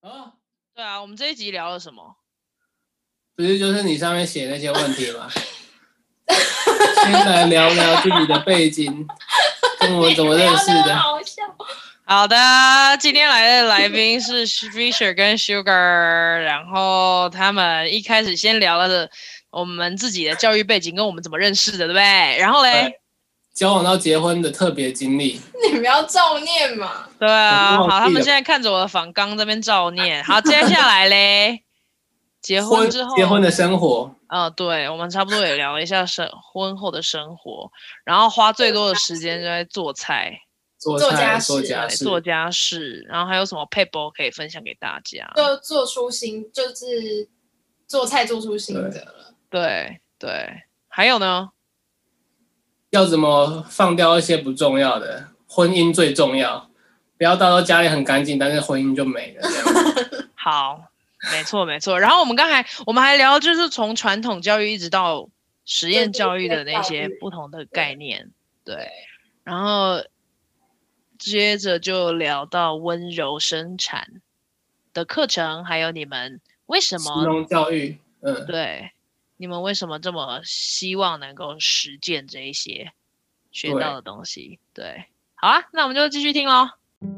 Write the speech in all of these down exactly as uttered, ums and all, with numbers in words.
啊， 对啊，我们这一集聊了什么？ 不是就是你上面写那些问题吗？先来聊聊自己的背景，跟我们怎么认识的。 好笑。 好的，今天来的来宾是 Fisher 跟 Sugar， 然后他们一开始先聊了我们自己的教育背景跟我们怎么认识的，对不对？然后嘞， 交往到结婚的特别经历。 你们要照念嘛？ 对啊，好，他们现在看着我的访纲这边照念。好，接下来嘞，结婚之后， 结婚的生活。 嗯、呃，对，我们差不多也聊了一下生婚后的生活，然后花最多的时间就在做菜。 做家事、做家事、 做家事，然后还有什么撇步可以分享给大家？ 就做出新，就是做菜做出心得了。 对对，还有呢？ 要怎么放掉一些不重要的？婚姻最重要，不要到时候家里很干净，但是婚姻就没了。这样好，没错没错。然后我们刚才我们还聊，就是从传统教育一直到实验教育的那些不同的概念，对。对然后。接着就聊到温柔生产的课程，还有你们为什么实农教育，嗯， 对，你们为什么这么希望能够实践这一些学到的东西？对，对好啊，那我们就继续听咯。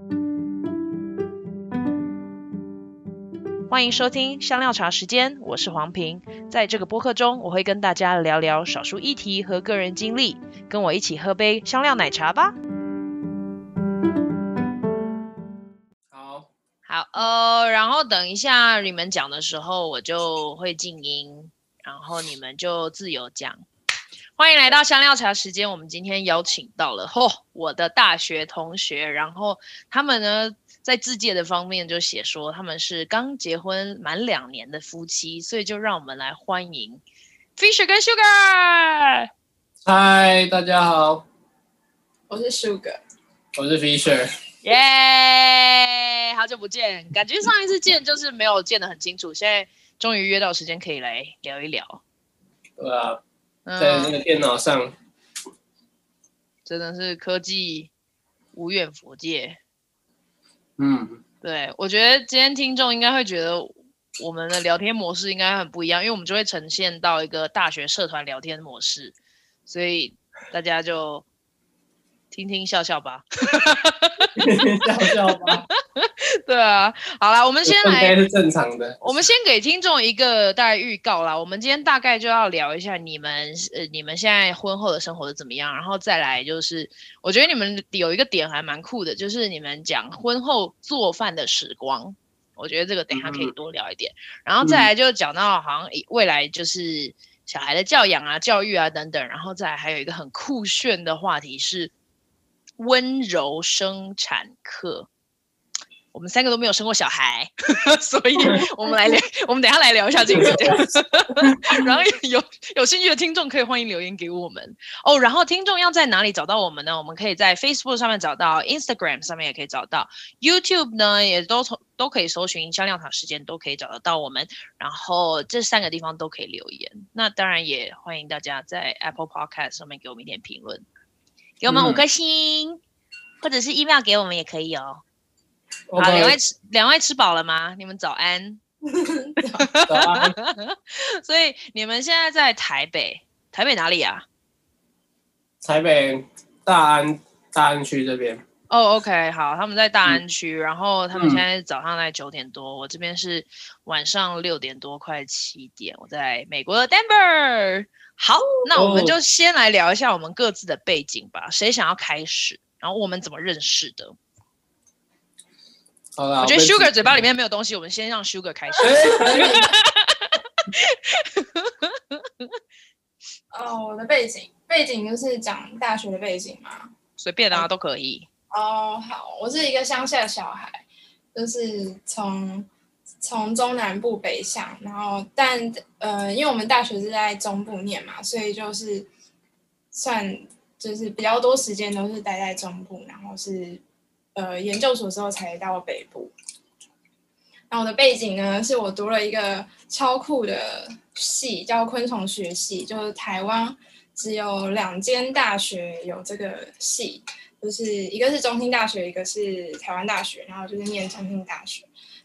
欢迎收听香料茶时间，我是黄平。在这个播客中，我会跟大家聊聊少数议题和个人经历，跟我一起喝杯香料奶茶吧。好呃，然后等一下你们讲的时候，我就会静音，然后你们就自由讲。欢迎来到香料茶时间，我们今天邀请到了哦我的大学同学，然后他们呢在自介的方面就写说他们是刚结婚满两年的夫妻，所以就让我们来欢迎 Fisher 跟 Sugar。 嗨，大家好， 我是 Sugar， 我是 Fisher。 耶、yeah ，好久不见，感觉上一次见就是没有见得很清楚，现在终于约到时间可以来聊一聊。 对啊，在那个电脑上， 嗯、真的是科技无远弗届。 嗯， 对，我觉得今天听众应该会觉得我们的聊天模式应该很不一样，因为我们就会呈现到一个大学社团聊天模式，所以大家就听听笑笑吧。 笑笑吧。 对啊，好啦，我们先来， 应该是正常的。 我们先给听众一个大概预告啦。我们今天大概就要聊一下你们呃你们现在婚后的生活是怎么样，然后再来就是，我觉得你们有一个点还蛮酷的，就是你们讲婚后做饭的时光。我觉得这个等一下可以多聊一点，嗯、然后再来就讲到好像未来就是小孩的教养啊、教育啊等等，然后再来还有一个很酷炫的话题是温柔生产课。我们三个都没有生过小孩，所以我们来聊，我们等一下来聊一下这个。然后有有兴趣的听众可以欢迎留言给我们哦。然后听众要在哪里找到我们呢？我们可以在 Facebook 上面找到 ，Instagram 上面也可以找到 ，YouTube 呢也都都可以搜寻香料塔时间，都可以找得到我们。然后这三个地方都可以留言。那当然也欢迎大家在 Apple Podcast 上面给我们一点评论，给我们五颗星，嗯、或者是 email 给我们也可以哦。好，两位吃两位吃饱了吗？你们早安。 早安。 所以你们现在在台北，台北哪里啊？ 台北大安大安区这边。 哦、oh, ，OK， 好，他们在大安区，嗯、然后他们现在早上在九点多，嗯、我这边是晚上六点多，快七点，我在美国的 Denver。好，那我们就先来聊一下我们各自的背景吧。谁想要开始？然后我们怎么认识的？ 好啦， 我觉得 Sugar 嘴巴里面没有东西，我们先让 Sugar 开始。 哦，我的背景背景就是讲大学的背景嘛， 随便啊，都可以。 哦，好，我是一个乡下小孩，就是从从中南部北上，然后但呃，因为我们大学是在中部念嘛，所以就是算就是比较多时间都是待在中部，然后是。呃，研究所之后才到北部。那我的背景呢，是我读了一个超酷的系，叫昆虫学系，就是台湾只有两间大学有这个系，就是一个是中兴大学，一个是台湾大学，然后就是念中兴大学。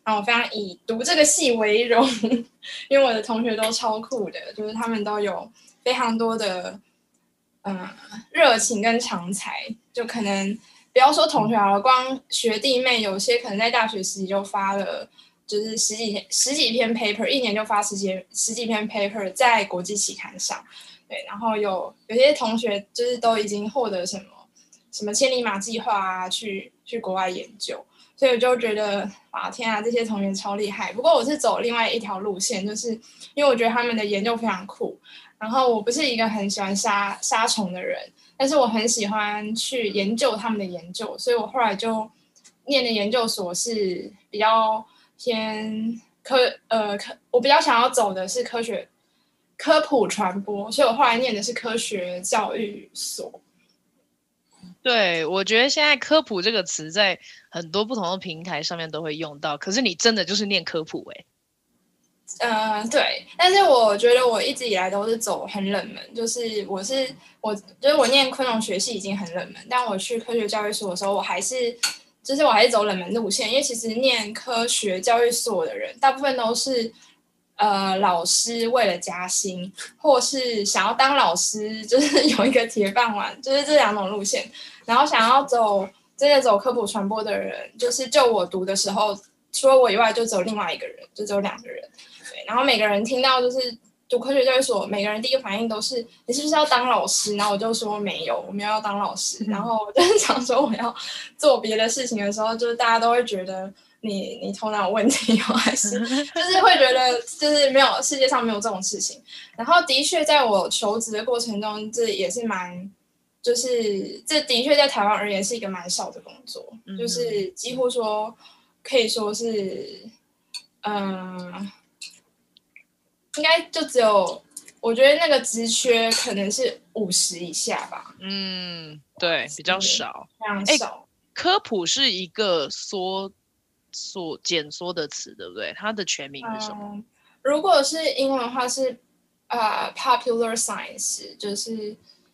然后我非常以读这个系为荣，因为我的同学都超酷的，就是他们都有非常多的嗯热情跟长才，就可能不要说同学好了，光学弟妹有些可能在大学时期就发了。就是十几天十几篇 paper， 一年就发十几十几篇 paper 在国际期刊上，对，然后有有些同学就是都已经获得什么什么千里马计划啊，去去国外研究，所以我就觉得哇天啊，这些同学超厉害。不过我是走另外一条路线，就是因为我觉得他们的研究非常酷，然后我不是一个很喜欢杀杀虫的人，但是我很喜欢去研究他们的研究，所以我后来就念的研究所是比较。偏科呃科，我比较想要走的是科学科普传播，所以我后来念的是科学教育所。 对，我觉得现在科普这个词在很多不同的平台上面都会用到，可是你真的就是念科普哎、 欸。呃，对，但是我觉得我一直以来都是走很冷门，就是我是我就是我念昆农学系已经很冷门，但我去科学教育所的时候，我还是。就是我还是走冷门路线，因为其实念科学教育所的人，大部分都是呃老师为了加薪，或是想要当老师，就是有一个铁饭碗，就是这两种路线。然后想要走真的走科普传播的人，就是就我读的时候，除了我以外，就只有另外一个人，就只有两个人。对，然后每个人听到就是。读科学教育所，每个人第一个反应都是你是不是要当老师？然后我就说没有，我没有要当老师。然后我就是想说我要做别的事情的时候，就是大家都会觉得你你头脑有问题哦，还是就是会觉得就是没有世界上没有这种事情。然后的确在我求职的过程中，这也是蛮就是这的确在台湾而言是一个蛮少的工作，嗯、就是几乎说可以说是嗯。呃应该就只有，我觉得那个职缺可能是五十以下吧。 嗯，对，比较少， 非常少。 科普是一个缩缩简缩的词，对不对？它的全名是什么？ 嗯、如果是英文的话是呃 popular science，就是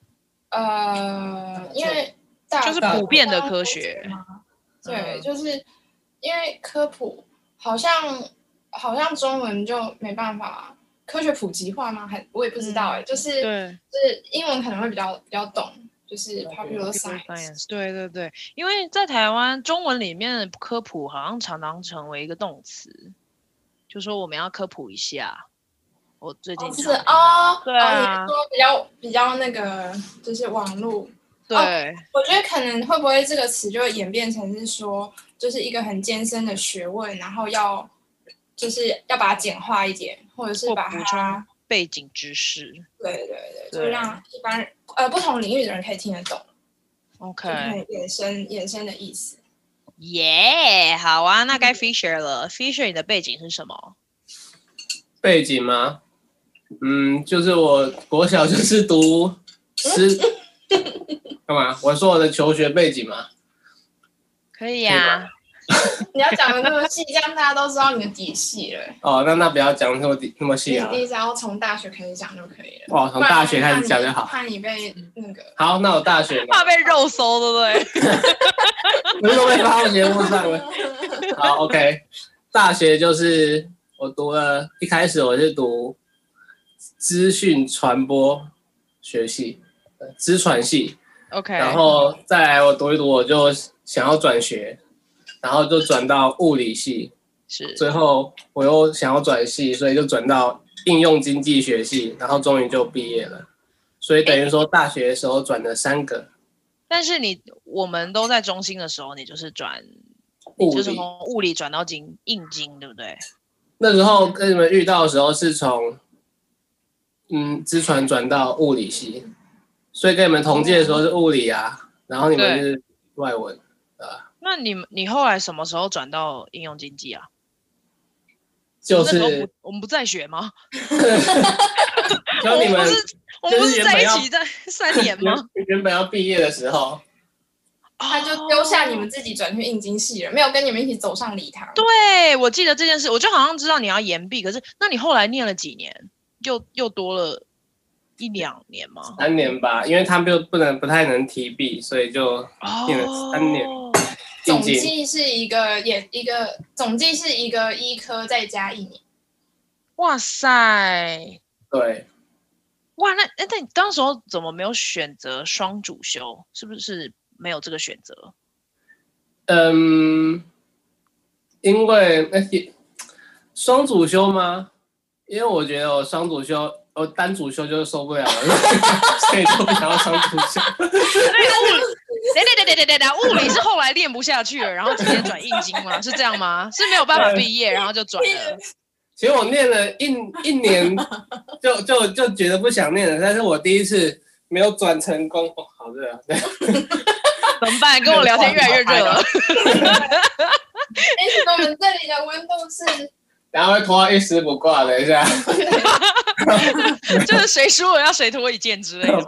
呃，因为大就是普遍的科学嘛。对，嗯、就是因为科普好像好像中文就没办法。科学普及化吗？还我也不知道哎、欸嗯，就是就是英文可能会比较比较懂，就是 popular science。 对对对，因为在台湾中文里面科普好像常常成为一个动词，就说我们要科普一下。我最近是哦，对啊，哦、你说比较比较那个就是网络。 对、 哦，我觉得可能会不会这个词就会演变成是说，就是一个很艰深的学问，然后要。就是要把它简化一点，或者是把它背景知识， 对对对，就让一般呃不同领域的人可以听得懂。 OK， 衍生衍生的意思。 耶、yeah, ，好啊，那该 Fisher 了。Fisher， 你的背景是什么？ 背景吗？嗯，就是我国小就是读师，干嘛？我说我的求学背景吗？ 可以呀、啊。 你要讲的那么细，这样大家都知道你的底细了。 哦，那那不要讲那么那么细啊。 你只要从大学开始讲就可以了。 哦，从大学开始讲就好。 怕你被那个。 好，那我大学。 怕被肉搜，对不对？ 不是都被发到节目上了。好 ，OK。大学就是我读了，一开始我是读资讯传播学系，资传系。 OK。 然后再来我读一读，我就想要转学。然后就转到物理系， 是最后我又想要转系，所以就转到应用经济学系，然后终于就毕业了。所以等于说大学的时候转了三个。 但是你我们都在中兴的时候，你就是转，你就是从物理转到经应经，对不对？ 那时候跟你们遇到的时候是从嗯资传转到物理系，所以跟你们同届的时候是物理啊，然后你们是外文，对吧？ 那你你后来什么时候转到应用经济啊？ 就是我们不在学吗？ 就你们我们不是在一起在三年吗？ 原本要毕业的时候， 他就丢下你们自己转去应经系了，没有跟你们一起走上礼堂。 对，我记得这件事，我就好像知道你要延毕，可是那你后来念了几年？又又多了一两年吗？ 三年吧，因为他们就不能不太能提毕，所以就念了三年。 哦总计是一个也一个总计是一个医科再加一年。 哇塞！ 对。 哇，那那你当时候怎么没有选择双主修？是不是没有这个选择？ 嗯，因为那些双主修吗？因为我觉得我双主修，我单主修就受不了了，所以就不想要双主修。 所以物理，对对对对对对，物理是后来练不下去了，然后直接转硬经吗？是这样吗？是没有办法毕业，然后就转了。 其实我念了一一年就，就就就觉得不想念了，但是我第一次没有转成功，哦，好热啊！对， 怎么办？跟我聊天越来越热了。 哎，我们这里的温度是， 然后会拖到一丝不挂，等一下， 就是谁输了要谁脱一件之类的。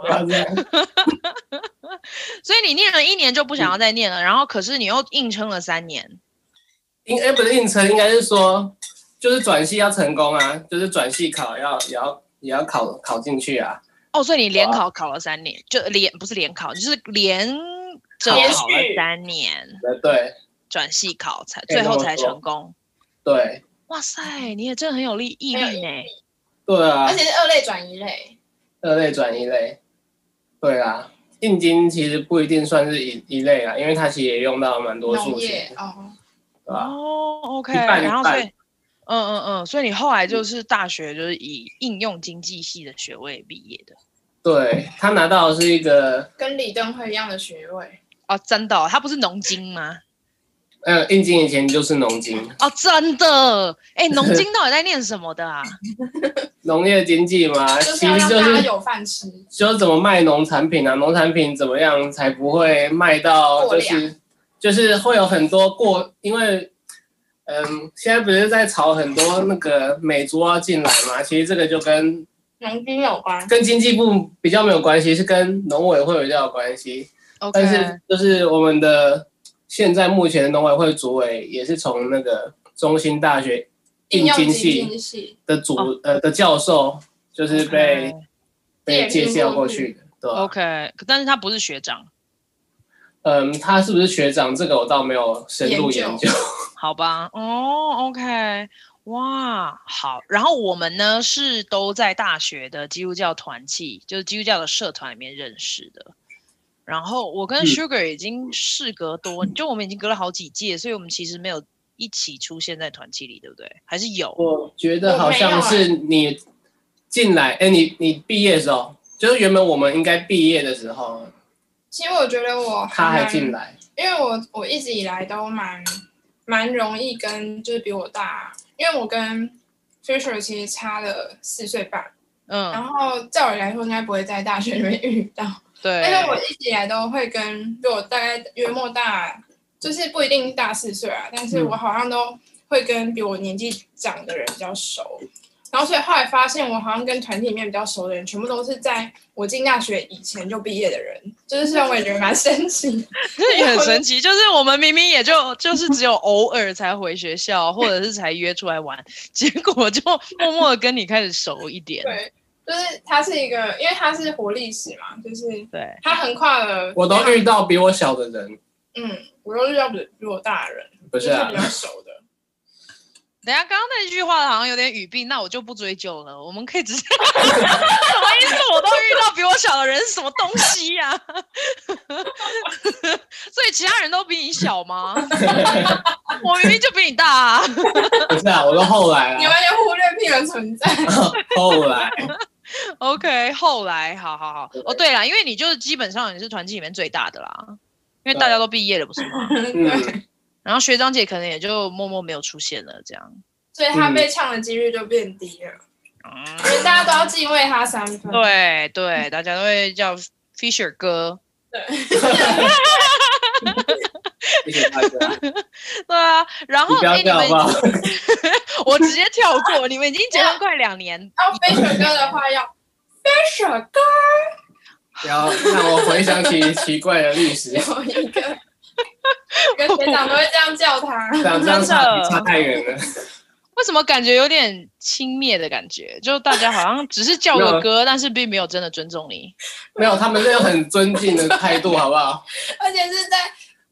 所以你念了一年就不想要再念了，然后可是你又硬撑了三年。 应哎不是硬撑，应该是说。就是转系要成功啊，就是转系考要也要也要考考进去啊。 哦，所以你联考考了三年，就连不是联考，就是连着考了三年。 对， 转系考才最后才成功。 对。 哇塞，你也真的很有力毅力呢。 对啊。 而且是二类转一类。 二类转一类。对啊，硬经其实不一定算是一一类啊，因为它其实也用到蛮多数学。 哦。 对吧？ 哦 ，OK， 然后所以。嗯嗯嗯，所以你后来就是大学就是以应用经济系的学位毕业的。 对，他拿到的是一个跟李登辉一样的学位。 哦，真的、哦，他不是农经吗？ 呃，应经以前就是农经。 哦，真的，哎，农经到底在念什么的啊？ 农业经济嘛， 其实就是有饭吃， 就是怎么卖农产品啊，农产品怎么样才不会卖到就是就是会有很多过，因为。嗯，现在不是在炒很多那个美猪要进来嘛？其实这个就跟农经有关， 跟经济部比较没有关系，是跟农委会比较有关系。 Okay. 但是就是我们的现在目前的农委会主委也是从那个中兴大学应经系的主、哦、呃的教授，就是被、okay. 被介绍过去的，对吧 ？OK， 但是他不是学长。 嗯，他是不是学长？这个我倒没有深入研究。 好吧，哦 ，OK， 哇，好。然后我们呢是都在大学的基督教团契，就是基督教的社团里面认识的。然后我跟 Sugar 已经事隔多，嗯、就我们已经隔了好几届，所以我们其实没有一起出现在团契里，对不对？还是有？ 我觉得好像是你进来，哎、欸，你你毕业的时候，就是原本我们应该毕业的时候。 其实我觉得我他还进来， 因为我我一直以来都蛮蛮容易跟就是比我大，因为我跟 Fisher 其实差了四岁半，嗯，然后照理来说应该不会在大学里面遇到， 对， 但是我一直以来都会跟比我大概约莫大，就是不一定大四岁啊，但是我好像都会跟比我年纪长的人比较熟。然后所以后来发现，我好像跟团体里面比较熟的人，全部都是在我进大学以前就毕业的人，就是让我也觉得蛮神奇的。 这也很神奇，就是我们明明也就就是只有偶尔才回学校，或者是才约出来玩，结果就默默的跟你开始熟一点。 对，就是他是一个，因为他是活历史嘛，就是对， 他横跨了。 我都遇到比我小的人。 嗯，我都遇到比比我大的人， 不是啊， 就是比较熟的。 等一下，刚刚那句话好像有点语病，那我就不追究了。我们可以直接什么意思？我都遇到比我小的人是什么东西呀、啊？所以其他人都比你小吗？我明明就比你大啊！ 不是啊，我都后来啊。 你完全忽略屁人存在。 后来 ，OK， 后来，好好好。哦，对啦，因为你就是基本上你是团体里面最大的啦，因为大家都毕业了，不是吗？ 对。 然后学长姐可能也就默默没有出现了，这样， 所以他被呛的几率就变低了，嗯、因为大家都要敬畏他三分。 对对，大家都会叫 Fisher 哥。 对。 谢谢大家。 对啊，然后你不要跳好不好？ 我直接跳过，你们已经结婚快两年。 要 Fisher 哥的话要 Fisher 哥。 不要让我回想起奇怪的历史。 有一个。跟学长都会这样叫他， 这样这样差差太远了。 为什么感觉有点轻蔑的感觉？就大家好像只是叫个哥，但是并没有真的尊重你。 没有，他们是有很尊敬的态度，好不好？ 而且是在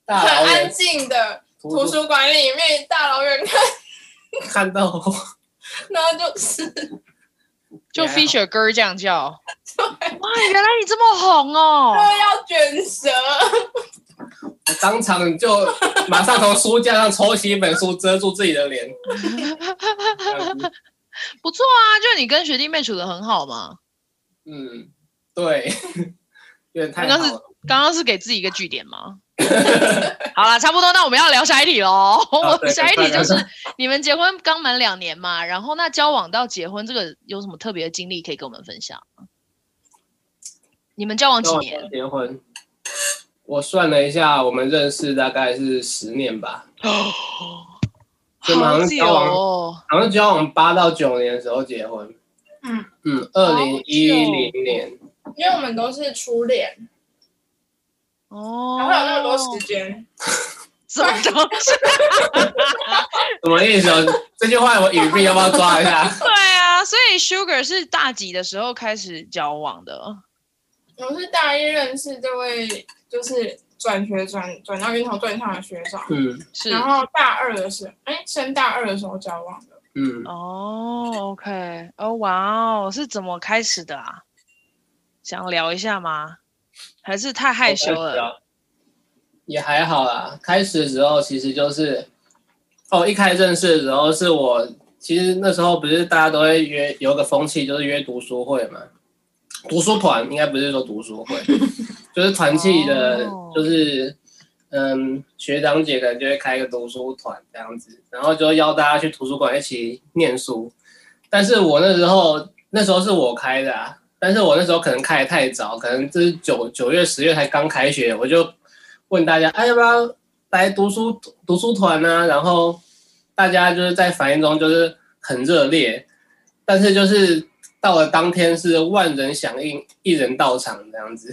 大老很安远静的图图书馆里面，大老远看， 看到我， 然后就是就也还好 Fisher 哥这样叫。哇，原来你这么红哦！ 要卷舌， 我当场就马上从书架上抽起一本书遮住自己的脸。这样子不错啊，就你跟学弟妹处的很好嘛。 嗯，对，有点太刚刚是好了。 刚刚是给自己一个据点吗？好了，差不多，那我们要聊下一题喽。 啊对下一题就是快点你们结婚刚满两年嘛，然后那交往到结婚这个有什么特别的经历可以跟我们分享吗？你们交往几跟我年？ 结婚，我算了一下，我们认识大概是十年吧，就马好久上交往， 哦， 好像交往八到九年的时候结婚。 嗯嗯，二零一零年， 因为我们都是初恋， 哦， 然后有那么多时间， 什么东西？ 什么意思哦？这句话我语病要不要抓一下？ 对啊，所以 Sugar 是大几的时候开始交往的？ 我是大一认识这位，就是转学转转到晕头对象的学长， 嗯是然后大二的时候，哎，升大二的时候交往的。 嗯， 哦，OK，哦，哇哦，是怎么开始的啊？想聊一下吗？还是太害羞了？ 也还好啦。开始的时候其实就是，哦，一开始认识的时候是我，其实那时候不是大家都会约，有个风气就是约读书会嘛，读书团应该不是说读书会，就是团契的， 哦就是嗯学长姐可能就会开一个读书团这样子，然后就邀大家去图书馆一起念书。但是我那时候那时候是我开的啊，但是我那时候可能开得太早，可能这是九九月十月才刚开学，我就问大家，哎，要不要来读书读书团呢？然后大家就是在反应中就是很热烈，但是就是到了当天是万人响应，一人到场这样子，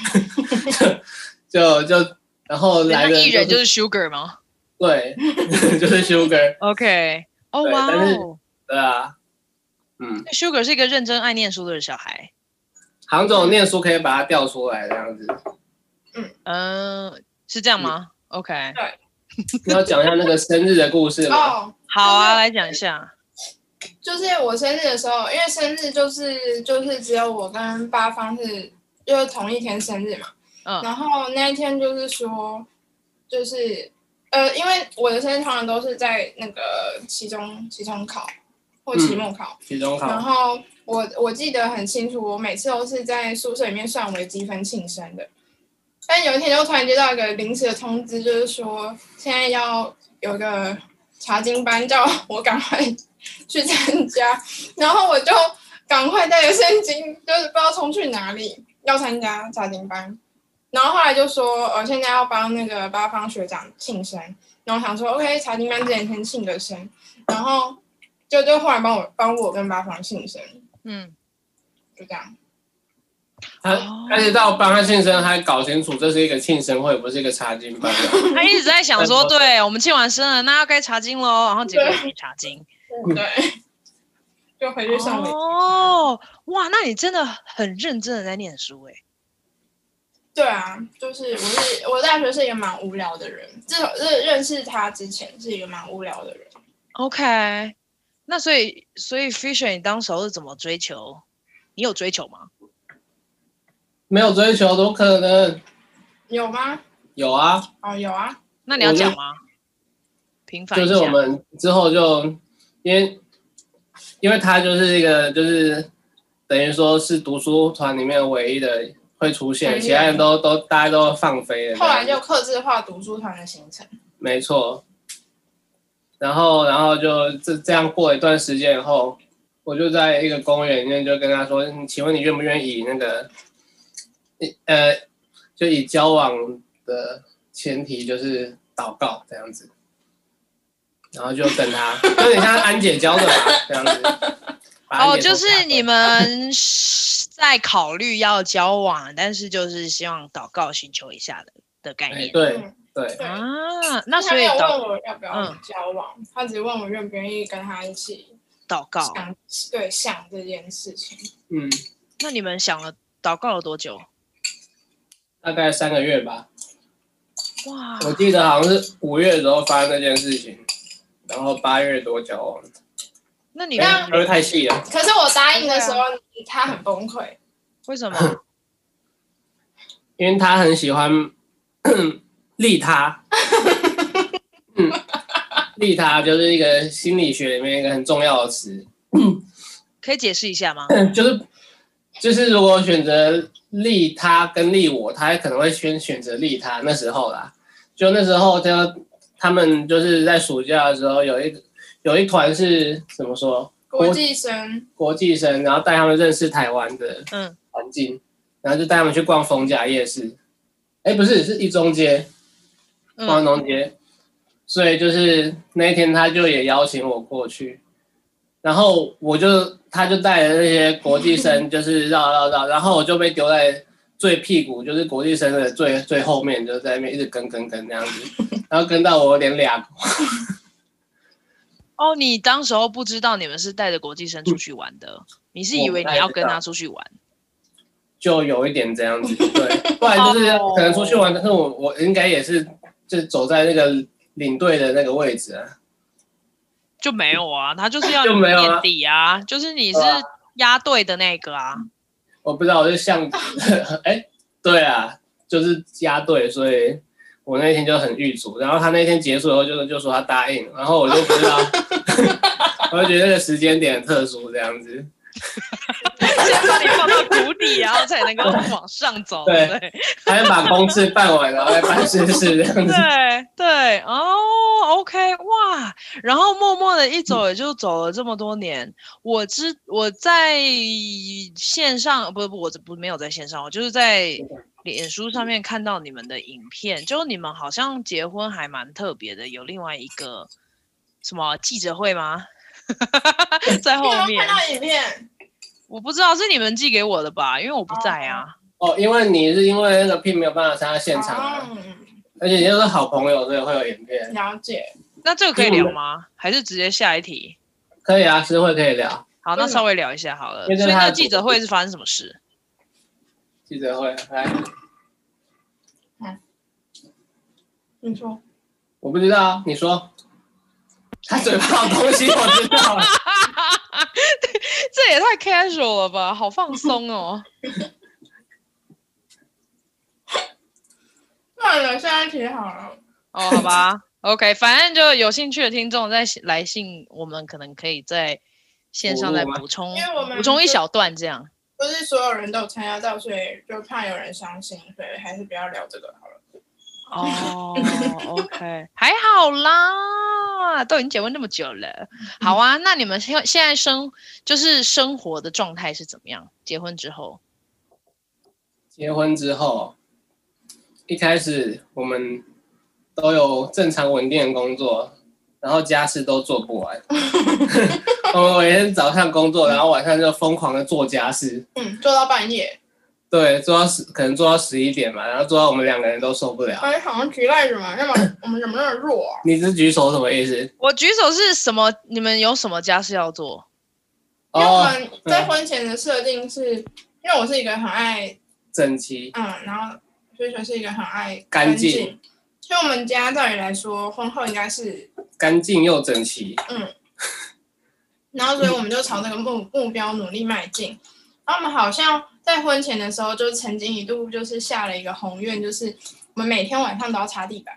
就就然后来的、就是、 那艺人就是 Sugar 吗？ 对，就是 Sugar。 OK， 哦哇对但是哦， 对啊，嗯， Sugar 是一个认真爱念书的小孩。 好像这种念书可以把它调出来这样子。 嗯，是这样吗？OK， 你要讲一下那个生日的故事吗？ 哦， 好啊，来讲一下。 就是我生日的时候，因为生日就是就是只有我跟八方是就是同一天生日嘛， 嗯然后那一天就是说，就是呃，因为我的生日通常都是在那个期中期中考或期末考， 期中考。 然后我我记得很清楚，我每次都是在宿舍里面算微积分庆生的。但有一天就突然接到一个临时的通知，就是说现在要有个查经班，叫我赶快去参加。然后我就赶快带着圣经，就是不知道冲去哪里要参加查经班。然后后来就说，呃，现在要帮那个八方学长庆生。然后想说 ，OK， 查经班之前先庆个生，然后就就后来帮我帮我跟八方庆生， 嗯， 就这样。 他开始到帮他庆生，还搞清楚这是一个庆生会，不是一个查经班。 他一直在想说，对我们庆完生了，那要该查经喽，然后结果没查经。 对，就回去上了。 哦，哇，那你真的很认真的在念书哎。 对啊，就是我是我大学是一个蛮无聊的人，至少认认识他之前是一个蛮无聊的人。 OK， 那所以所以 Fisher 你当时候是怎么追求？你有追求吗？ 没有追求，怎么可能？ 有吗？ 有啊。 哦，有啊。 那你要讲吗？平反一下。 就是我们之后就因为因为他就是一个就是等于说是读书团里面唯一的会出现，其他人都都大家都放飞了。 后来就客制化读书团的行程。 没错。然后然后就这这样过一段时间以后，我就在一个公园里面就跟他说：“请问你愿不愿意以那个？”呃，就以交往的前提就是祷告这样子，然后就跟他，有点像安姐教的嘛，这样子。 哦，就是你们在考虑要交往，但是就是希望祷告寻求一下的的概念。 对、 嗯、 对对啊，那所以他没有问我要不要交往， 嗯、 他只问我愿不愿意跟他一起祷告。 想对想这件事情。 嗯， 那你们想了祷告了多久？ 大概三个月吧。 哇！ 我记得好像是五月的时候发生那件事情，然后八月多交往。 那你会不会太细了？ 可是我答应的时候，他很崩溃。 为什么？ 因为他很喜欢利他。嗯，利他就是一个心理学里面一个很重要的词。 可以解释一下吗？ 就是就是如果选择利他跟利我，他可能会先选择利他。那时候啦，就那时候就他们就是在暑假的时候有一有一团是怎么说？ 国际生， 国际生，然后带他们认识台湾的环境，嗯、然后就带他们去逛逢甲夜市。哎，不是，是一中街，逛东街。嗯、所以就是那一天他就也邀请我过去，然后我就他就带着那些国际生就是绕绕绕，然后我就被丢在最屁股，就是国际生的最最后面，就在那边一直跟跟跟那样子，然后跟到我有点俩。 哦，你当时候不知道你们是带着国际生出去玩的，你是以为你要跟他出去玩？ 就有一点这样子，对，不然就是可能出去玩，但是我我应该也是就走在那个领队的那个位置啊。 就没有啊，他就是要你垫底啊，就, 啊就是你是压队的那个啊。 我不知道，我就像，哎，对啊，就是压队，所以。我那天就很郁卒，然后他那天结束以后就就说他答应，然后我就不知道，我就觉得那个时间点很特殊这样子。 先把你放到谷底，然后才能够往上走。对，对还把公事办完，然后再办私事这样子。 对对哦 ，OK 哇，然后默默的一走也就走了这么多年。我知我在线上不不我不没有在线上，我就是在脸书上面看到你们的影片，就你们好像结婚还蛮特别的，有另外一个什么记者会吗？在后面。 看到影片。 我不知道是你们寄给我的吧，因为我不在啊。 哦，因为你是因为那个聘没有办法参加现场、啊哦、而且你又是好朋友，所以会有影片。 了解。 那这个可以聊吗？还是直接下一题？ 可以啊，私会可以聊。 好，那稍微聊一下好了。所以那个记者会是发生什么事？ 记者会，来， 嗯，你说。 我不知道啊，你说。他嘴巴有东西，我知道了。 这也太 casual 了吧，好放松哦。 算了，下一题好了。 哦，好吧 ，OK， 反正就有兴趣的听众再来信，我们可能可以在线上再补充补充一小段这样。 不是所有人都有参加到，所以就怕有人伤心，所以还是不要聊这个好了。 哦 ，OK， 还好啦，都已经结婚那么久了。好啊，那你们现现在生就是生活的状态是怎么样？结婚之后？ 结婚之后，一开始我们都有正常稳定的工作，然后家事都做不完。我们每天早上工作，然后晚上就疯狂的做家事， 嗯，做到半夜。 对，做到十，可能做到十一点嘛，然后做到我们两个人都受不了。 哎，好像举赖着嘛，要么我们怎么那么弱啊？ 你是举手什么意思？ 我举手是什么？你们有什么家事要做？ 因为我们在婚前的设定是，因为我是一个很爱整齐， 嗯，然后所以说是一个很爱干净， 所以我们家照理来说，婚后应该是干净又整齐。 嗯，然后所以我们就朝这个目目标努力迈进。然后我们好像在婚前的时候，就曾经一度就是下了一个宏愿，就是我们每天晚上都要擦地板。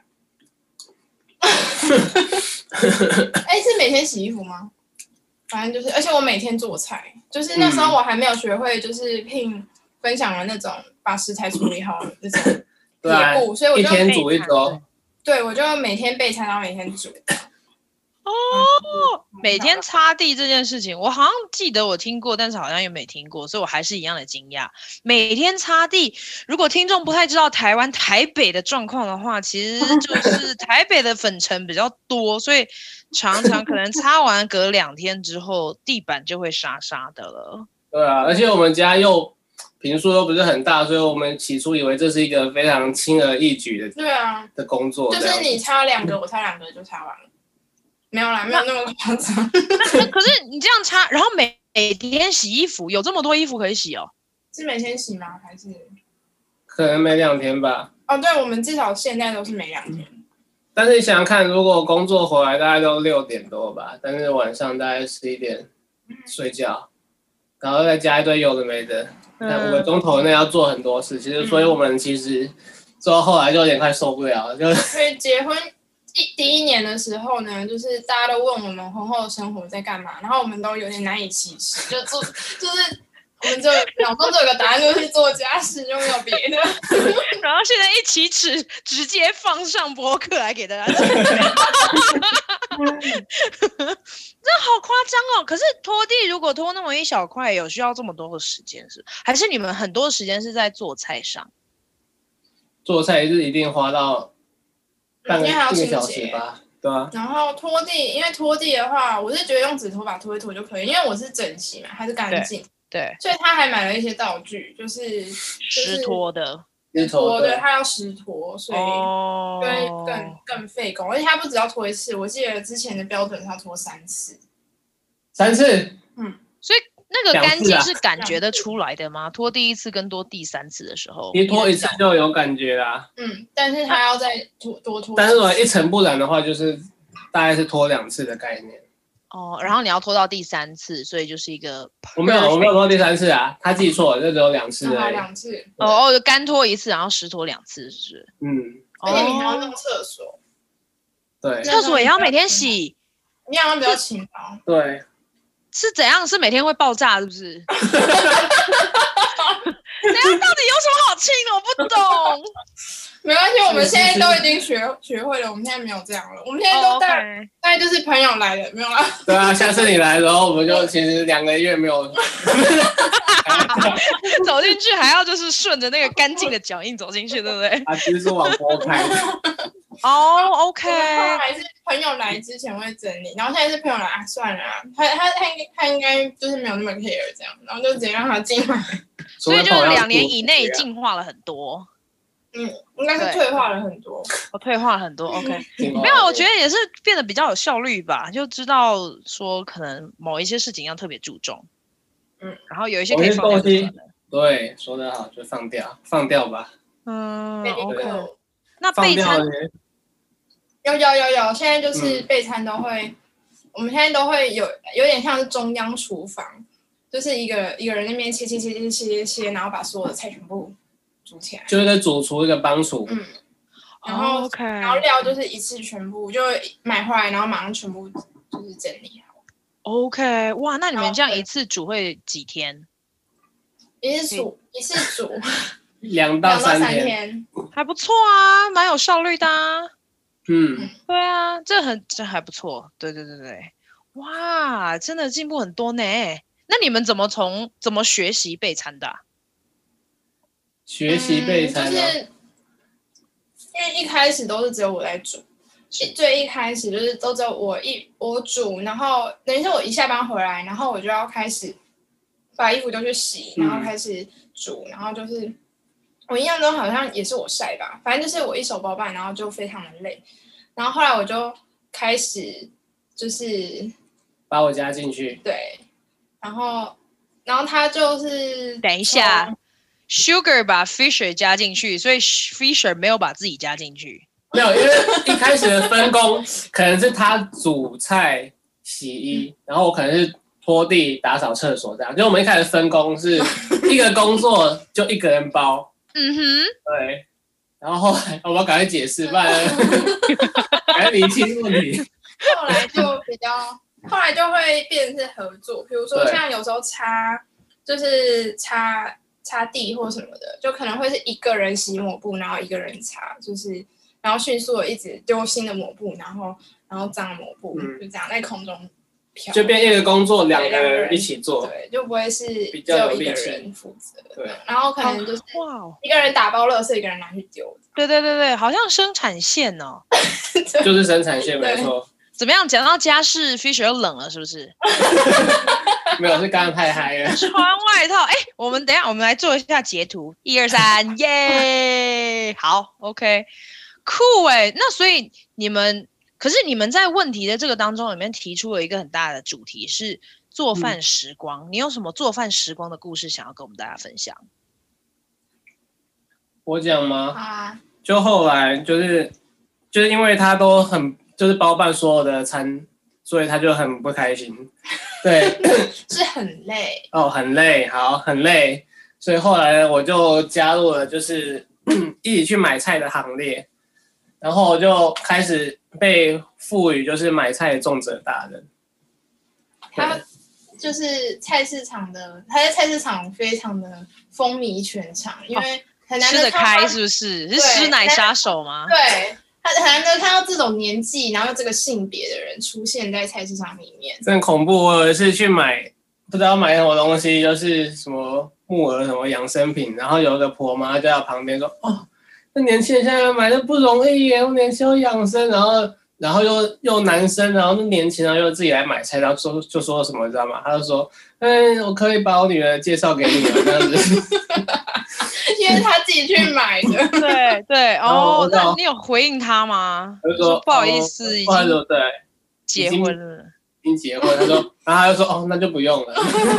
哎，是每天洗衣服吗？反正就是，而且我每天做菜，就是那时候我还没有学会，就是聘分享了那种把食材处理好的那种铁布，所以我就一天煮一周。 对，我就每天备餐，然后每天煮。 哦，每天擦地这件事情，我好像记得我听过，但是好像又没听过，所以我还是一样的惊讶。每天擦地，如果听众不太知道台湾台北的状况的话，其实就是台北的粉尘比较多，所以常常可能擦完隔两天之后，地板就会沙沙的了。 对啊，而且我们家又坪数又不是很大，所以我们起初以为这是一个非常轻而易举的对啊的工作， 就是你擦两个，我擦两个就擦完了。没有啦，没有那么夸张。 那可是你这样擦，然后每每天洗衣服，有这么多衣服可以洗哦？ 是每天洗吗？还是？ 可能每两天吧。 哦，对，我们至少现在都是每两天。 但是你想想看，如果工作回来大概都六点多吧，但是晚上大概十一点睡觉，然后再加一堆有的没的，那五个钟头内要做很多事，其实所以我们其实做到后来就有点快受不了了，就所以结婚一第一年的时候呢，就是大家都问我们婚后的生活在干嘛，然后我们都有点难以启齿，就做就是我们就脑中只有个答案，就是做家事，就没有别的。 然后现在一起齿直接放上播客来给大家听，这好夸张哦！可是拖地如果拖那么一小块，有需要这么多的时间是？还是你们很多时间是在做菜上？ 做菜是一定花到半个一个小时吧，对啊。 然后拖地，因为拖地的话，我是觉得用纸拖把拖一拖就可以，因为我是整齐嘛，还是干净。 对， 所以他还买了一些道具，就是湿拖的， 湿拖，对，他要湿拖，所以更、 哦、 更更费工，而且他不只要拖一次，我记得之前的标准是要拖三次。 三次？ 嗯， 所以那个干净是感觉得出来的吗？拖第一次跟拖第三次的时候， 你拖一次就有感觉啦。 嗯，但是他要再拖多拖。 但是如果一尘不染的话，就是大概是拖两次的概念。 哦，然后你要拖到第三次，所以就是一个我没有，我没有拖到第三次啊，他记错了，就只有两次而已。 两次。 哦哦，干拖一次，然后湿拖两次，是不是？ 嗯。而且你还要弄厕所。 对。 厕所也要每天洗。 你好像比较勤劳。 对。 是怎样？是每天会爆炸，是不是？等下到底有什么好亲的？我不懂。 没关系，我们现在都已经学学会了，我们现在没有这样了。我们现在都大概、oh, okay. 大概就是朋友来了，没有啦。 对啊，下次你来的时候，我们就其实两个月没有走进去，还要就是顺着那个干净的脚印走进去，对不对？ 啊，其实是往拨开。 哦、oh, ，OK。 还是朋友来之前会整理，然后现在是朋友来啊，算了啊，他他他应该他应该就是没有那么 care 这样，然后就直接让他进来。 所以就是两年以内进化了很多。 嗯，应该是退化了很多。 我、哦、退化了很多 ，OK。没有，我觉得也是变得比较有效率吧，就知道说可能某一些事情要特别注重。嗯，然后有一些可以放掉就算了。 对，说得好，就放掉，放掉吧。 嗯 ，OK。那备餐有有有有，现在就是备餐都会，嗯、我们现在都会有有点像是中央厨房，就是一个一个人那边切切切切切切，然后把所有的菜全部煮起来， 就是一个主厨一个帮厨， 嗯，然后、 oh, okay. 然后料就是一次全部就买回来，然后马上全部就是整理好。 OK， 哇，那你们这样一次煮会几天？ 一次煮一次煮两到三天， 天还不错啊，蛮有效率的啊。 嗯， 对啊，这很这还不错，对对对对，哇，真的进步很多呢。那你们怎么从怎么学习备餐的、啊？ 学习备餐、啊嗯， 就是因为一开始都是只有我在煮，最一开始就是都只有我一我煮，然后等于是我一下班回来，然后我就要开始把衣服都去洗，然后开始煮，嗯、然后就是我印象中好像也是我晒吧，反正就是我一手包办，然后就非常的累，然后后来我就开始就是把我加进去， 对，然后然后他就是等一下。Sugar 把 Fisher 加进去，所以 Fisher 没有把自己加进去。 没有，因为一开始的分工可能是他煮菜、洗衣，然后我可能是拖地、打扫厕所这样。就我们一开始分工是一个工作就一个人包。 嗯哼。 对。然后后来我要赶快解释，不然赶快理清问题。 后来就比较，后来就会变成是合作，比如说像有时候擦，就是擦。擦地或什么的，就可能会是一个人洗抹布，然后一个人擦，就是然后迅速的一直丢新的抹布，然后然后脏抹布、嗯、就这样在空中飘， 就变一个工作两个人一起做， 对，就不会是只有一个人负责， 对， 然后可能就是一个人打包垃圾，一个人拿去丢， 对对对对，好像生产线哦， 就是生产线没错。 怎么样？讲到家事 ，Fisher 又冷了，是不是？ 没有，是刚刚太嗨了。 穿外套，哎、欸，我们等一下，我们来做一下截图，一二三，耶！好 ，OK， 酷哎。那所以你们，可是你们在问题的这个当中里面提出了一个很大的主题是做饭时光。嗯、你有什么做饭时光的故事想要跟我们大家分享？ 我讲吗？ 啊， 就后来就是就是因为他都很就是包办所有的餐，所以他就很不开心。对， 是很累哦，很累，好，很累。所以后来我就加入了就是一起去买菜的行列，然后我就开始被赋予就是买菜的重责大任。 他就是菜市场的，他在菜市场非常的风靡全场，因为很难吃得得看到开，是不是？是师奶杀手吗？ 对，他很难得看到这种年纪，然后这个性别的人出现在菜市场里面， 真恐怖！我有一次去买，不知道买什么东西，就是什么木耳什么养生品，然后有一个婆妈就在旁边说：“哦，那年轻人现在买的不容易耶，年轻人养生。”然后，然后又又男生，然后那年轻人又自己来买菜，然后说就说什么，你知道吗？他就说：“嗯，我可以把我女儿介绍给你了。”这样子。 因为他自己去买的。 对对哦，那你有回应他吗？ 他就说不好意思，已经对结婚了， 已经结婚。他说，然后他就说：“哦，那就不用了。”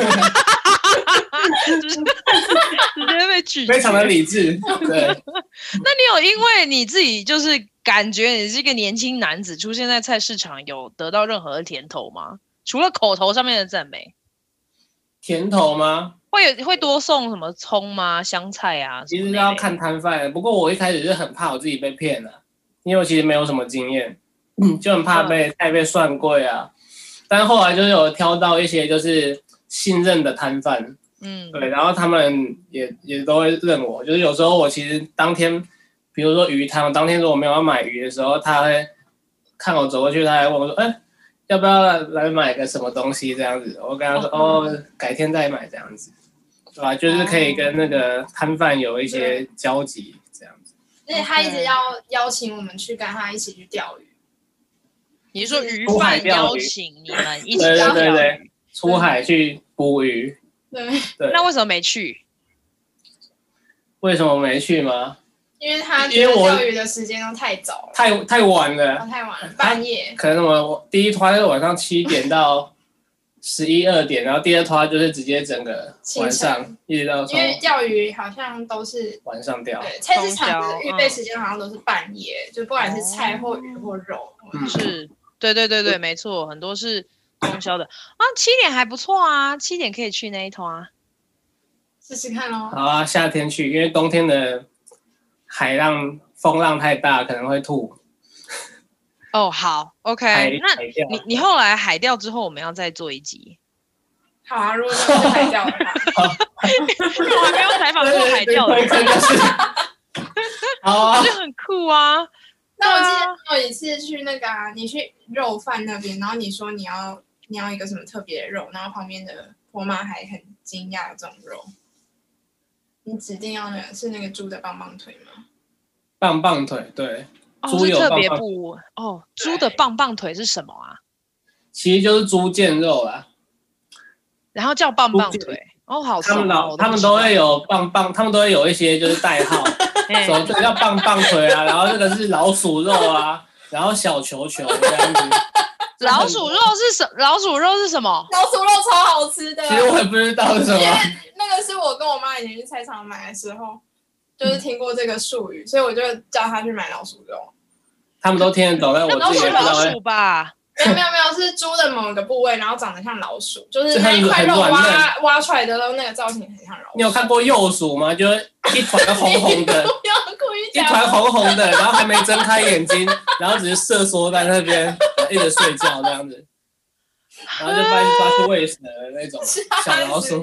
直接被拒绝， 非常的理智。对， 那你有因为你自己就是感觉你是一个年轻男子出现在菜市场，有得到任何的甜头吗？除了口头上面的赞美， 甜头吗？ 会有会多送什么葱吗？香菜啊？ 其实要看摊贩的，不过我一开始是很怕我自己被骗了，因为我其实没有什么经验，就很怕被太被算贵啊。但后来就是有挑到一些就是信任的摊贩。嗯，对，然后他们也也都会认我，就是有时候我其实当天，比如说鱼汤，当天如果没有要买鱼的时候，他会看我走过去，他还问我说：“哎、欸，要不要来买个什么东西？”这样子，我跟他说：“哦，哦改天再买。”这样子，对吧？就是可以跟那个摊贩有一些交集，这样子。 而且他一直要邀请我们去跟他一起去钓鱼。 你是说鱼贩邀请你们一起对对对对，出海去捕鱼。 对对， 那为什么没去？ 为什么没去吗？ 因为他觉得钓鱼的时间都太早了， 太太晚了、 哦，太晚了，半夜。 可能我第一团是晚上七点到十一二点，然后第二团就是直接整个晚上一直到。 因为钓鱼好像都是晚上钓， 对，菜市场的预备时间好像都是半夜，嗯、就不管是菜或鱼或肉， 嗯、是，对对对对，没错，很多是。通宵的啊，七点还不错啊，七点可以去那一团啊， 试试看咯。 好啊，夏天去，因为冬天的海浪风浪太大，可能会吐。 哦，好 ，OK， 那你你后来海钓之后，我们要再做一集。 好啊，如果真的是海钓的话， 我还没有采访过海钓的， 真的是。好啊， 就很酷啊。 那我记得有一次去那个啊，你去肉贩那边，然后你说你要你要一个什么特别的肉，然后旁边的婆妈还很惊讶有这种肉。你指定要那个是那个猪的棒棒腿吗？ 棒棒腿，对， 哦、 猪有是特别部哦。猪的棒棒腿是什么啊？ 其实就是猪腱肉啦， 然后叫棒棒腿。哦，好吃、哦。 他们老他们都会有棒棒，他们都会有一些就是代号。什么这个叫棒棒腿啊，然后这个是老鼠肉啊，然后小球球这样子。 老鼠肉是什？老鼠肉是什么？ 老鼠肉超好吃的。 其实我也不知道是什么。因为那个是我跟我妈以前去菜场买的时候，就是听过这个术语，所以我就叫她去买老鼠肉。 他们都听得懂，但我自己也不知道。 老鼠吧？ 没有没有没有，是猪的某个部位，然后长得像老鼠，就是那一块肉挖挖出来的那个造型很像老鼠。 你有看过幼鼠吗？就是一团红红的，一团红红的，然后还没睁开眼睛，然后只是瑟缩在那边一直睡觉这样子，然后就把抓去喂食的那种小老鼠。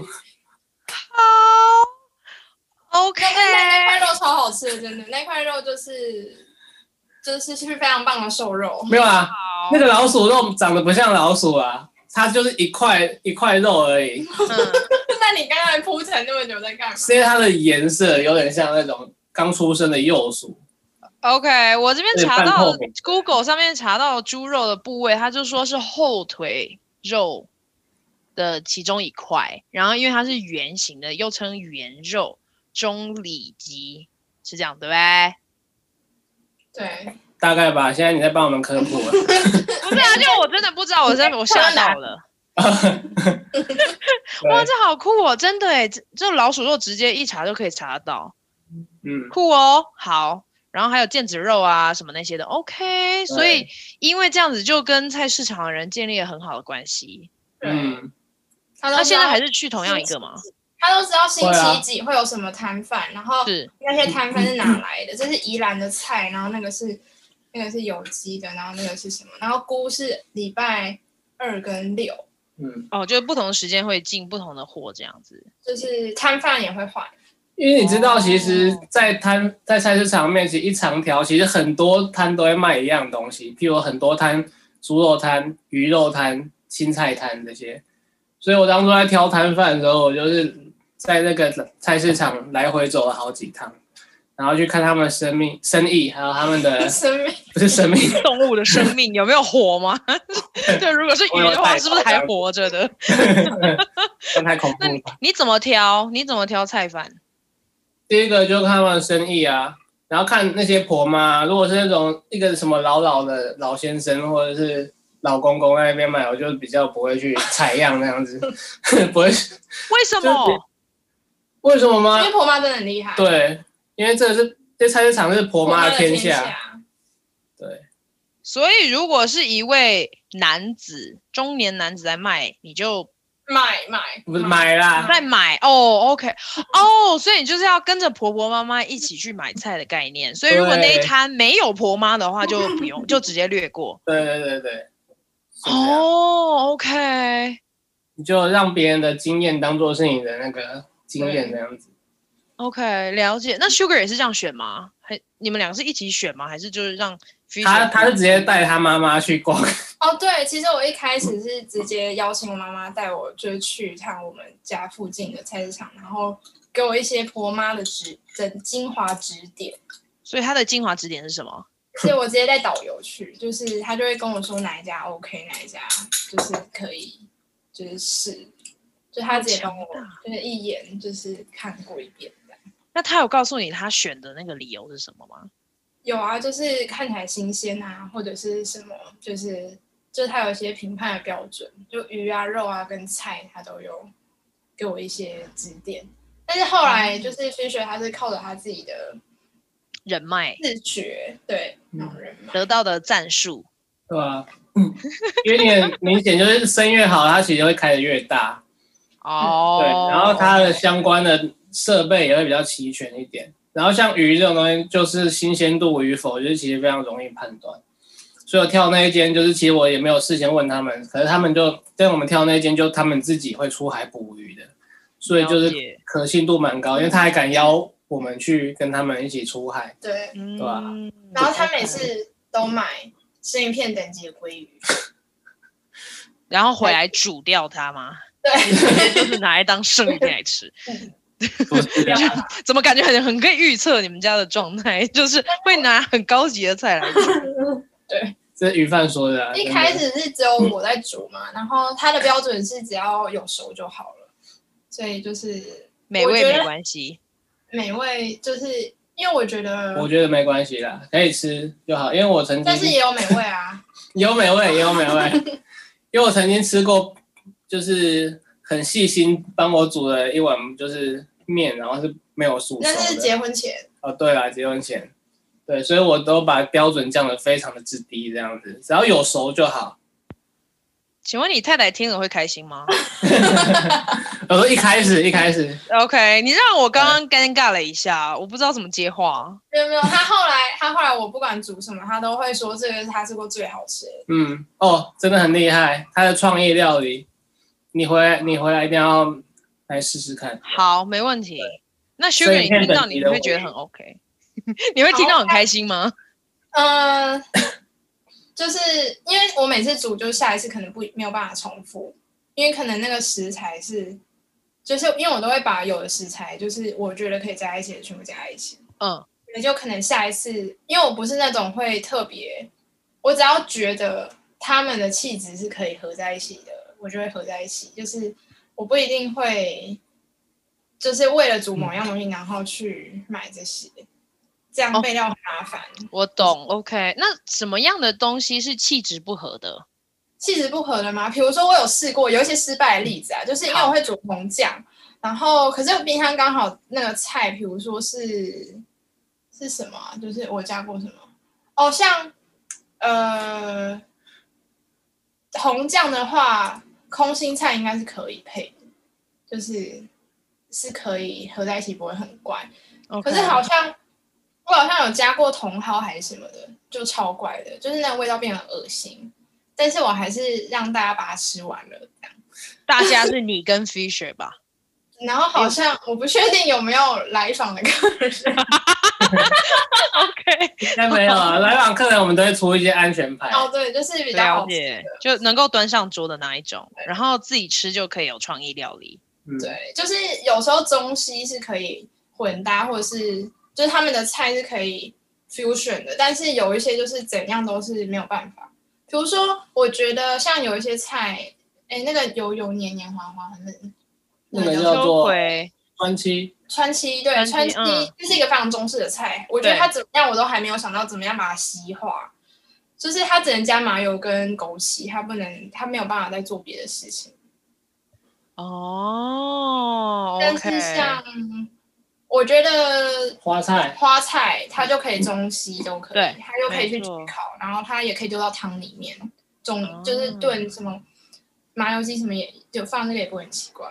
好 ，OK， 那块肉超好吃的，真的，那块肉就是。就是是非常棒的瘦肉， 没有啊，那个老鼠肉长得不像老鼠啊，它就是一块一块肉而已。嗯， 那你刚才铺陈那么久在干嘛？ 是因为它的颜色有点像那种刚出生的幼鼠。 OK， 我这边查到 Google 上面查到猪肉的部位，它就说是后腿肉的其中一块，然后因为它是圆形的，又称圆肉、中里脊，是这样对不对？ 对， 大概吧。现在你在帮我们科普了。 不是啊，就我真的不知道，我真的我吓到了。哇，这好酷哦！真的哎，这老鼠肉直接一查就可以查得到。嗯，酷哦。好， 然后还有腱子肉啊什么那些的 ，OK。所以因为这样子就跟菜市场的人建立了很好的关系。 嗯， 那现在还是去同样一个吗？ 他都知道星期几会有什么摊贩，然后那些摊贩是哪来的？这是宜兰的菜，然后那个是那个是有机的，然后那个是什么？然后菇是礼拜二跟六。 嗯， 哦，就是不同的时间会进不同的货，这样子。 就是摊贩也会换。 因为你知道，其实，在摊在菜市场面，其实一长条，其实很多摊都会卖一样东西，譬如很多摊猪肉摊、鱼肉摊、青菜摊这些。所以我当初在挑摊贩的时候，我就是在那个菜市场来回走了好几趟，然后去看他们的生命、生意，还有他们的生命不是生命， 动物的生命有没有活吗？对，如果是鱼的话，是不是还活着的？ 那太恐怖了。 那你你怎么挑？你怎么挑菜贩？ 第一个就看他们的生意啊，然后看那些婆妈，如果是那种一个什么老老的老先生或者是老公公在那边买，我就比较不会去采样那样子，不会。 为什么？ 为什么吗？ 因为婆妈真的很厉害。 对，因为这个是这菜市场是婆妈的天下。 天下对。 所以如果是一位男子，中年男子在卖，你就买买不是买啦， 在买哦 ，OK， 哦，所以你就是要跟着婆婆妈妈一起去买菜的概念。所以如果那一摊没有婆妈的话，就不用，就直接略过。 对对对对。 哦 ，OK， 你就让别人的经验当做是你的那个经验这样子。 OK， 了解。那 Sugar 也是这样选吗？还你们两个是一起选吗？还是就是让他他是直接带他妈妈去逛？ 哦，对，其实我一开始是直接邀请我妈妈带我，就是去看我们家附近的菜市场，然后给我一些婆妈的指的精华指点。 所以他的精华指点是什么？ 所以我直接带导游去，就是他就会跟我说哪一家 OK， 哪一家就是可以，就是试，就他直接帮我就是一眼就是看过一遍。 那他有告诉你他选的那个理由是什么吗？ 有啊，就是看起来新鲜啊，或者是什么，就是就是他有一些评判的标准，就鱼啊、肉啊跟菜，他都有给我一些指点。但是后来就是 Fisher 他是靠着他自己的人脉自学，对，那种人脉得到的战术， 对吧？嗯，因为你很明显就是生越好，它其实会开得越大。 哦， 对，然后它的相关的设备也会比较齐全一点。然后像鱼这种东西，就是新鲜度与否，就是其实非常容易判断。所以我跳那一间，就是其实我也没有事先问他们，可是他们就在我们跳那一间，就他们自己会出海捕鱼的，所以就是可信度蛮高，因为他还敢邀我们去跟他们一起出海， 对， 对吧？ 然后他每次都买生鱼片等级的鲑鱼， 然后回来煮掉它吗？ 对， 就是拿来当生鱼片来吃。 不是这样， 怎么感觉很很可以预测你们家的状态，就是会拿很高级的菜来煮。 对， 这是鱼贩说的、啊。 一开始是只有我在煮嘛，然后他的标准是只要有熟就好了，所以就是美味没关系。 美味就是因为我觉得， 我觉得没关系啦，可以吃就好。因为我曾经， 但是也有美味啊， 有美味也有美味，因为我曾经吃过，就是很细心帮我煮了一碗就是面，然后是没有熟熟的。 那是结婚前。 哦，对啦，结婚前，对，所以我都把标准降得非常的之低，这样子，只要有熟就好。 请问你太太听了会开心吗？ 我说一开始一开始 ，OK， 你让我刚刚尴尬了一下，我不知道怎么接话。 没有没有，他后来他后来我不管煮什么，他都会说这个是他吃过最好吃的。 嗯，哦，真的很厉害，他的创意料理，你回来你回来一定要来试试看。 好，没问题。那 Sugar 你听到你会觉得很 OK， 你会听到很开心吗？ 嗯、呃，就是因为我每次煮，就下一次可能不没有办法重复，因为可能那个食材是，就是因为我都会把有的食材，就是我觉得可以加在一起的全部加在一起。 嗯， 也就可能下一次，因为我不是那种会特别，我只要觉得他们的气质是可以合在一起的，我就会合在一起。就是我不一定会，就是为了煮某样东西，然后去买这些，这样备料很麻烦。 哦、我懂 ，OK。那什么样的东西是气质不合的？ 气质不合的吗？比如说我有试过有一些失败的例子啊，就是因为我会煮红酱，然后可是冰箱刚好那个菜，比如说是。 是什么、啊？就是我加过什么？哦，像呃红酱的话，空心菜应该是可以配的，就是是可以合在一起，不会很怪。Okay. 可是好像我好像有加过茼蒿还是什么的，就超怪的，就是那个味道变得恶心。但是我还是让大家把它吃完了，这样。 大家是你跟 Fisher 吧？ 然后好像我不确定有没有来访的客人。 OK， 应该没有啊。来访客人我们都会出一些安全牌。 哦，对，就是比较好吃的， 就能够端上桌的那一种，然后自己吃就可以有创意料理。 嗯、 对，就是有时候中西是可以混搭，或者是就是他们的菜是可以 fusion 的，但是有一些就是怎样都是没有办法。比如说，我觉得像有一些菜，哎，那个油油黏黏滑滑的， 那个叫做川七。 川七对，川七这是一个非常中式的菜，我觉得它怎么样我都还没有想到怎么样把它西化，就是它只能加麻油跟枸杞，它不能，它没有办法再做别的事情。 哦， 但是像我觉得花菜， 花菜它就可以中西都可以， 对， 它就可以去焗烤，然后它也可以丢到汤里面，中、哦、就是炖什么麻油鸡什么也就放那个也不会很奇怪。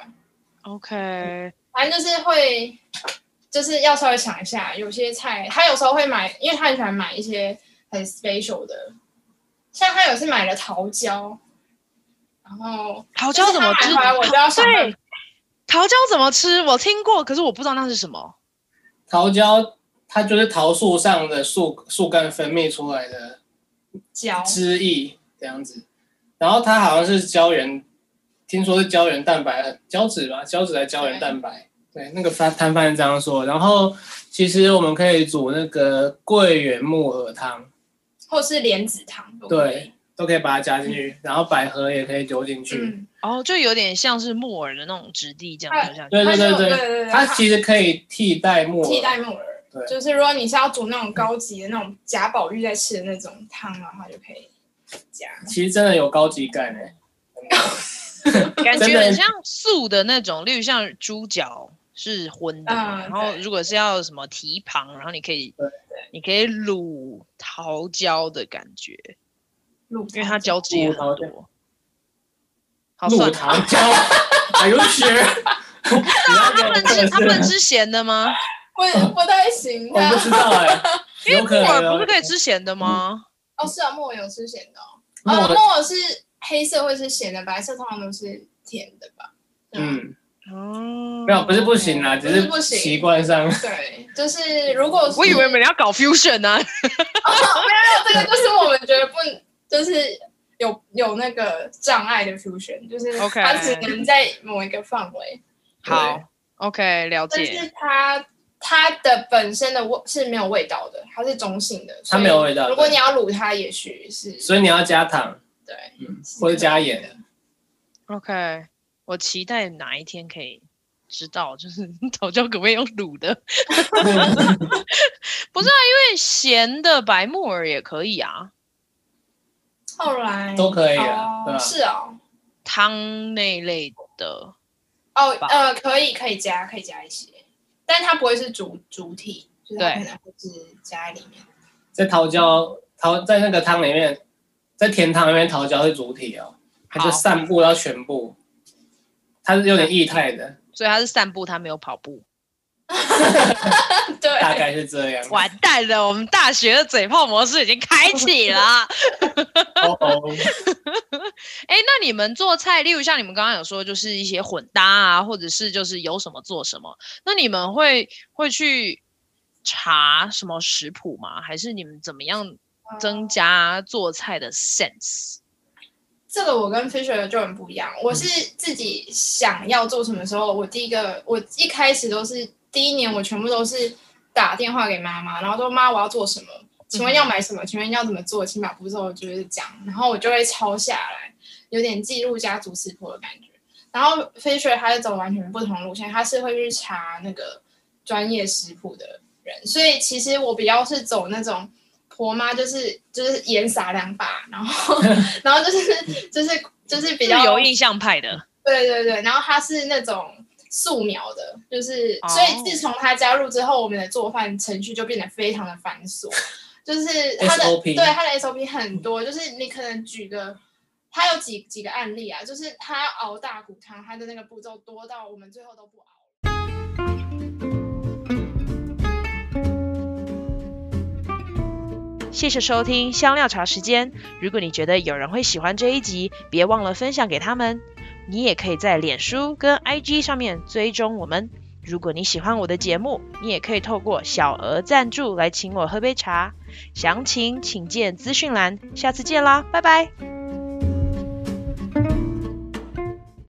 OK。 反正就是会，就是要稍微想一下，有些菜他有时候会买，因为他很喜欢买一些很 special 的，像他有次买了桃胶，然后桃胶怎么吃？ 我就要想办法。 桃胶怎么吃？我听过，可是我不知道那是什么。 桃胶它就是桃树上的树树干分泌出来的胶汁液这样子，然后它好像是胶原。听说是胶原蛋白，胶质吧，胶质还是胶原蛋白？对，对那个摊贩是这样说。然后其实我们可以煮那个桂圆木耳汤， 或是莲子汤， 对，都可以把它加进去。嗯、然后百合也可以丢进去。 嗯、哦，就有点像是木耳的那种质地这样丢下去。 对对对对, 对, 对, 对它其实可以替代木耳。 替代木耳，对，就是如果你是要煮那种高级的那种贾宝玉在吃的那种汤的话，就可以加。 其实真的有高级感哎。 感觉很像素的那种，例如像猪脚是荤的嘛、嗯，然后如果是要什么蹄膀，然后你可以你可以卤桃胶的感觉，因为它胶质也很多。好， 卤桃胶，还有血。 我不知道他们吃他们吃咸的吗？ 不不太行， 我不知道哎、欸， 因为木耳不是可以吃咸的吗？ 哦，是啊，木耳有吃咸的哦。呃，木耳是。黑色会是咸的，白色通常都是甜的吧？ 嗯， 哦， 没有，不是不行啦，只是习惯上。 对，就是如果我以为你们要搞 fusion 呢、啊哦， 没有，这个就是我们觉得不，就是有有那个障碍的 fusion， 就是它只能在某一个范围。 好 ，OK， 了解。 但是它它的本身的味是没有味道的，它是中性的， 它没有味道。 如果你要卤它，也许是。 所以你要加糖。 对， 嗯，或者加盐。 OK， 我期待哪一天可以知道，就是桃胶可不可以用卤的？不是啊，因为咸的白木耳也可以啊。 后来都可以啊， 哦、 对吧？ 是哦， 汤那类的。 哦，呃，可以可以加，可以加一些，但它不会是主主体，就是它可能会是加在里面。 在桃胶桃在那个汤里面。在甜汤里面，桃胶是主体哦，它就散布到全部，它是有点液态的， 所以它是散步，它没有跑步。 对， 大概是这样。 完蛋了，我们大学的嘴炮模式已经开启了。 哦哦。 哎，那你们做菜，例如像你们刚刚有说，就是一些混搭啊，或者是就是有什么做什么，那你们会会去查什么食谱吗？还是你们怎么样？增加做菜的 sense， 这个我跟 Fisher 就很不一样。我是自己想要做什么时候，我第一个，我一开始都是第一年，我全部都是打电话给妈妈，然后说妈，我要做什么？请问要买什么？请问要怎么做？请把步骤就是讲，然后我就会抄下来，有点记录家族食谱的感觉。然后 Fisher 他是走完全不同的路线，他是会去查那个专业食谱的人，所以其实我比较是走那种。婆妈就是就是盐撒两把，然后然后就是就是就是比较有印象派的， 对对对，然后她是那种素描的，就是、 哦、 所以自从他加入之后，我们的做饭程序就变得非常的繁琐，就是他的 S O P 对他的 S O P 很多，就是你可能举个。他有几几个案例啊，就是他要熬大骨汤，他的那个步骤多到我们最后都不熬。 谢谢收听香料茶时间。如果你觉得有人会喜欢这一集，别忘了分享给他们。你也可以在脸书跟 I G 上面追踪我们。如果你喜欢我的节目，你也可以透过小额赞助来请我喝杯茶。详情请见资讯栏。下次见啦，拜拜。